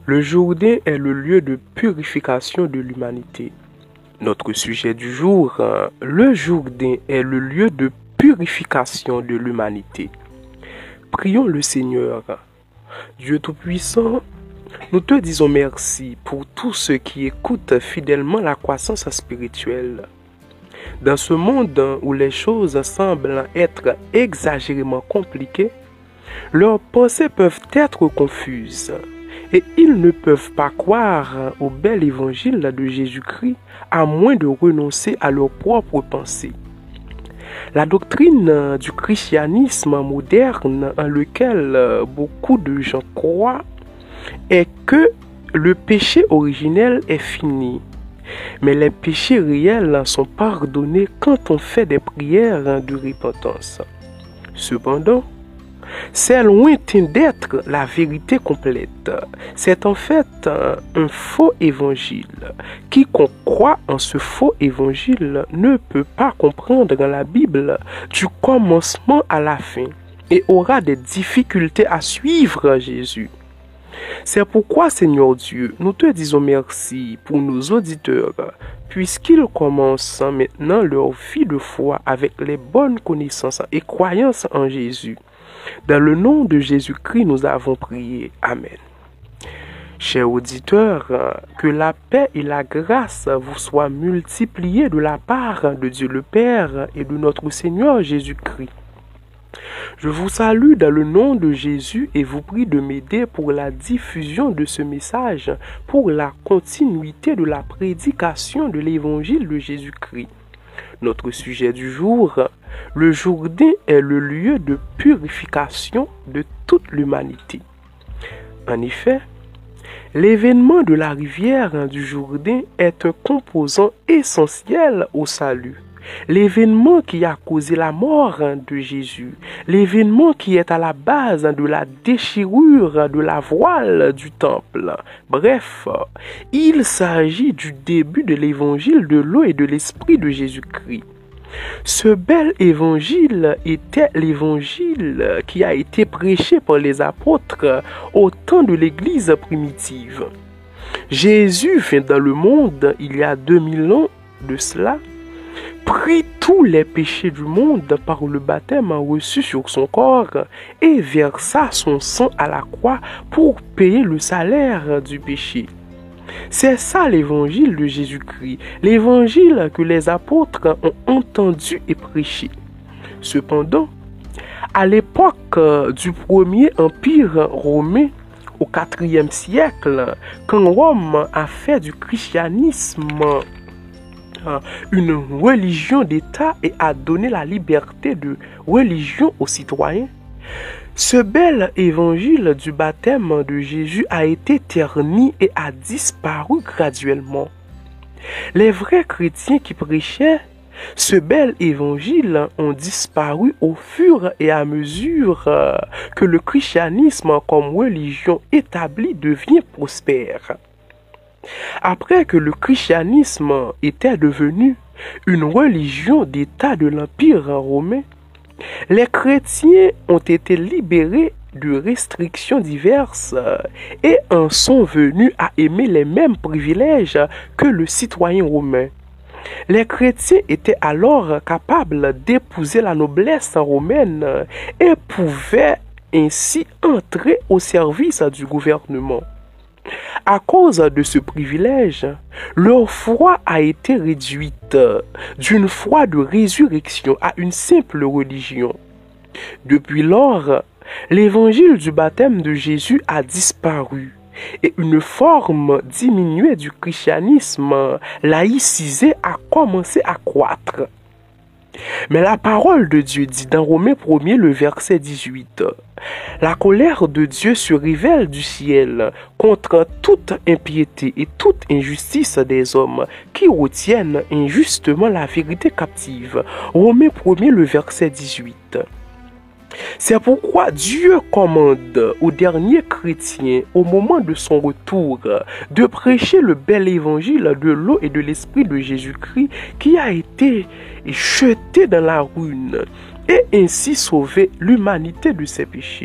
Le Jourdain est le lieu de purification de l'humanité. Notre sujet du jour, le Jourdain est le lieu de purification de l'humanité. Prions le Seigneur. Dieu Tout-Puissant, nous te disons merci pour tous ceux qui écoutent fidèlement la croissance spirituelle. Dans ce monde où les choses semblent être exagérément compliquées, leurs pensées peuvent être confuses et ils ne peuvent pas croire au bel évangile de Jésus-Christ à moins de renoncer à leurs propres pensées. La doctrine du christianisme moderne en lequel beaucoup de gens croient est que le péché originel est fini. Mais les péchés réels sont pardonnés quand on fait des prières de repentance. Cependant, c'est loin d'être la vérité complète. C'est en fait un faux évangile. Quiconque croit en ce faux évangile ne peut pas comprendre la Bible du commencement à la fin et aura des difficultés à suivre Jésus. C'est pourquoi, Seigneur Dieu, nous te disons merci pour nos auditeurs, puisqu'ils commencent maintenant leur vie de foi avec les bonnes connaissances et croyances en Jésus. Dans le nom de Jésus-Christ, nous avons prié. Amen. Chers auditeurs, que la paix et la grâce vous soient multipliées de la part de Dieu le Père et de notre Seigneur Jésus-Christ. Je vous salue dans le nom de Jésus et vous prie de m'aider pour la diffusion de ce message, pour la continuité de la prédication de l'évangile de Jésus-Christ. Notre sujet du jour, le Jourdain est le lieu de purification de toute l'humanité. En effet, l'événement de la rivière du Jourdain est un composant essentiel au salut. L'événement qui a causé la mort de Jésus, l'événement qui est à la base de la déchirure de la voile du temple. Bref, il s'agit du début de l'évangile de l'eau et de l'esprit de Jésus-Christ. Ce bel évangile était l'évangile qui a été prêché par les apôtres au temps de l'église primitive. Jésus vint dans le monde il y a 2000 ans de cela, prit tous les péchés du monde par le baptême reçu sur son corps et versa son sang à la croix pour payer le salaire du péché. C'est ça l'évangile de Jésus-Christ, l'évangile que les apôtres ont entendu et prêché. Cependant, à l'époque du premier empire romain, au IVe siècle, quand Rome a fait du christianisme une religion d'État et a donné la liberté de religion aux citoyens, ce bel évangile du baptême de Jésus a été terni et a disparu graduellement. Les vrais chrétiens qui prêchaient ce bel évangile ont disparu au fur et à mesure que le christianisme comme religion établie devient prospère. Après que le christianisme était devenu une religion d'État de l'Empire romain, les chrétiens ont été libérés de restrictions diverses et en sont venus à aimer les mêmes privilèges que le citoyen romain. Les chrétiens étaient alors capables d'épouser la noblesse romaine et pouvaient ainsi entrer au service du gouvernement. À cause de ce privilège, leur foi a été réduite d'une foi de résurrection à une simple religion. Depuis lors, l'évangile du baptême de Jésus a disparu et une forme diminuée du christianisme laïcisé a commencé à croître. Mais la parole de Dieu dit dans Romains 1er, le verset 18, « La colère de Dieu se révèle du ciel contre toute impiété et toute injustice des hommes qui retiennent injustement la vérité captive. » Romains 1er, le verset 18. C'est pourquoi Dieu commande aux derniers chrétiens, au moment de son retour, de prêcher le bel évangile de l'eau et de l'esprit de Jésus-Christ qui a été jeté dans la ruine et ainsi sauver l'humanité de ses péchés.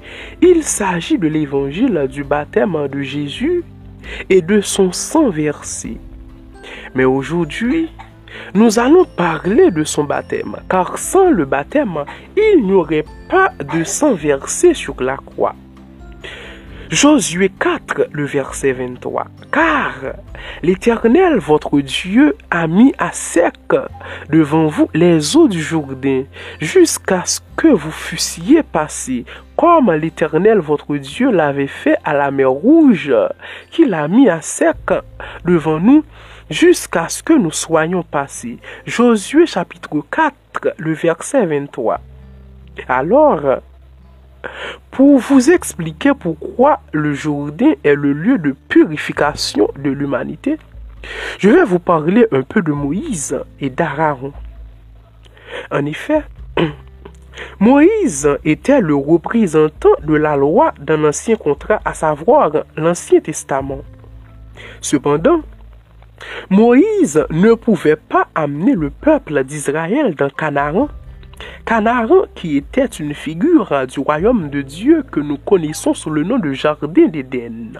Il s'agit de l'évangile du baptême de Jésus et de son sang versé. Mais aujourd'hui, nous allons parler de son baptême, car sans le baptême, il n'y aurait pas de sang versé sur la croix. Josué 4, le verset 23. Car l'Éternel, votre Dieu, a mis à sec devant vous les eaux du Jourdain, jusqu'à ce que vous fussiez passés, comme l'Éternel, votre Dieu, l'avait fait à la mer Rouge, qu'il a mis à sec devant nous, jusqu'à ce que nous soyons passés. Josué chapitre 4, le verset 23. Alors, pour vous expliquer pourquoi le Jourdain est le lieu de purification de l'humanité, je vais vous parler un peu de Moïse et d'Aaron. En effet, Moïse était le représentant de la loi dans l'Ancien Contrat, à savoir l'Ancien Testament. Cependant, Moïse ne pouvait pas amener le peuple d'Israël dans Canaan, Canaan qui était une figure du royaume de Dieu que nous connaissons sous le nom de Jardin d'Éden.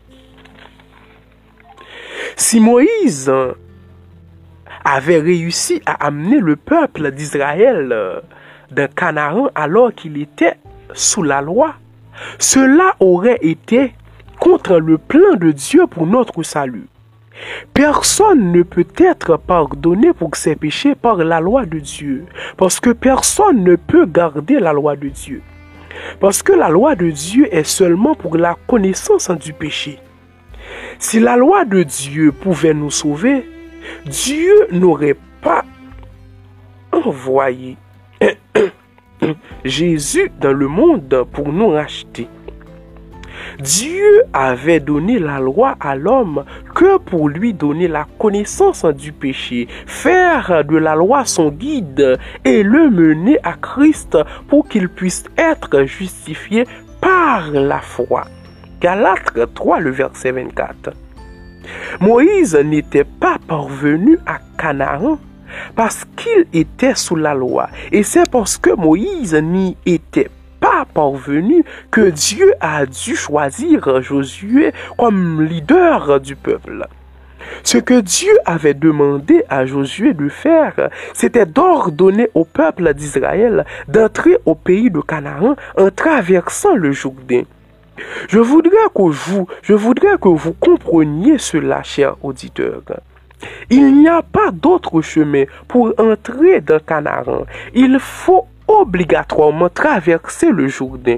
Si Moïse avait réussi à amener le peuple d'Israël dans Canaan alors qu'il était sous la loi, cela aurait été contre le plan de Dieu pour notre salut. Personne ne peut être pardonné pour ses péchés par la loi de Dieu, parce que personne ne peut garder la loi de Dieu. Parce que la loi de Dieu est seulement pour la connaissance du péché. Si la loi de Dieu pouvait nous sauver, Dieu n'aurait pas envoyé Jésus dans le monde pour nous racheter. Dieu avait donné la loi à l'homme que pour lui donner la connaissance du péché, faire de la loi son guide et le mener à Christ pour qu'il puisse être justifié par la foi. Galates 3, le verset 24. Moïse n'était pas parvenu à Canaan parce qu'il était sous la loi. Et c'est parce que Moïse n'y était pas parvenu que Dieu a dû choisir Josué comme leader du peuple. Ce que Dieu avait demandé à Josué de faire, c'était d'ordonner au peuple d'Israël d'entrer au pays de Canaan en traversant le Jourdain. Je voudrais que vous compreniez cela, chers auditeurs. Il n'y a pas d'autre chemin pour entrer dans Canaan. Il faut obligatoirement traverser le Jourdain.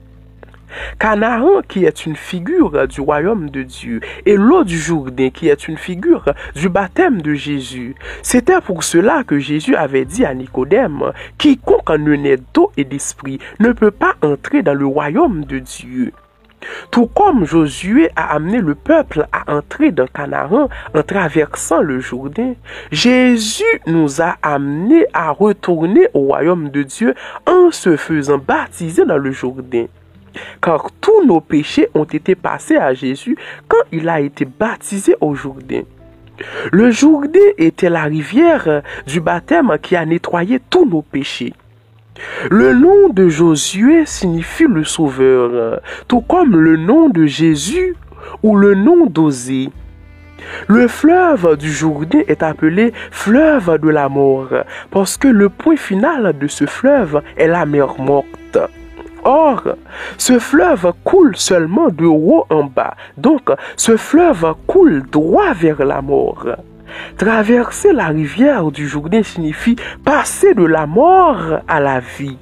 Canaan qui est une figure du royaume de Dieu et l'eau du Jourdain qui est une figure du baptême de Jésus. C'était pour cela que Jésus avait dit à Nicodème, quiconque ne naît d'eau et d'esprit ne peut pas entrer dans le royaume de Dieu. Tout comme Josué a amené le peuple à entrer dans Canaan en traversant le Jourdain, Jésus nous a amenés à retourner au royaume de Dieu en se faisant baptiser dans le Jourdain. Car tous nos péchés ont été passés à Jésus quand il a été baptisé au Jourdain. Le Jourdain était la rivière du baptême qui a nettoyé tous nos péchés. Le nom de Josué signifie le sauveur, tout comme le nom de Jésus ou le nom d'Osée. Le fleuve du Jourdain est appelé fleuve de la mort, parce que le point final de ce fleuve est la mer morte. Or, ce fleuve coule seulement de haut en bas, donc ce fleuve coule droit vers la mort. Traverser la rivière du Jourdain signifie passer de la mort à la vie.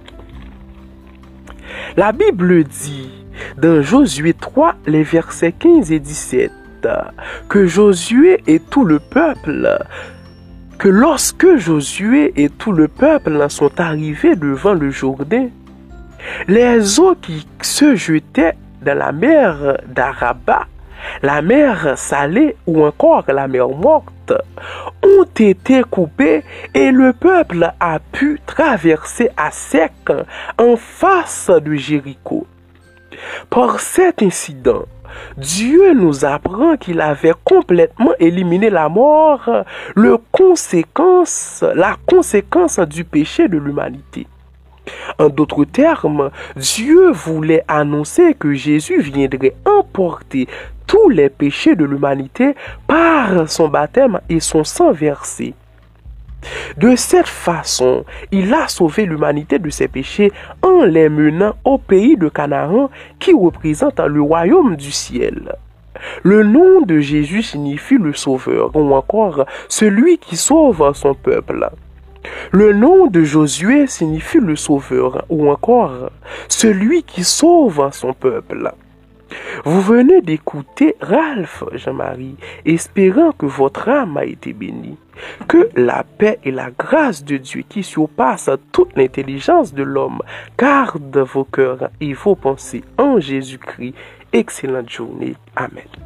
La Bible dit dans Josué 3, les versets 15 et 17, que Josué et tout le peuple, que lorsque Josué et tout le peuple sont arrivés devant le Jourdain, les eaux qui se jetaient dans la mer d'Araba, la mer salée ou encore la mer morte ont été coupées et le peuple a pu traverser à sec en face de Jéricho. Par cet incident, Dieu nous apprend qu'il avait complètement éliminé la mort, la conséquence du péché de l'humanité. En d'autres termes, Dieu voulait annoncer que Jésus viendrait emporter tous les péchés de l'humanité par son baptême et son sang versé. De cette façon, il a sauvé l'humanité de ses péchés en les menant au pays de Canaan qui représente le royaume du ciel. Le nom de Jésus signifie le sauveur ou encore celui qui sauve son peuple. Le nom de Josué signifie le sauveur ou encore celui qui sauve son peuple. Vous venez d'écouter Ralph Jean-Marie, espérant que votre âme a été bénie. Que la paix et la grâce de Dieu qui surpasse toute l'intelligence de l'homme gardent vos cœurs et vos pensées en Jésus-Christ. Excellente journée. Amen.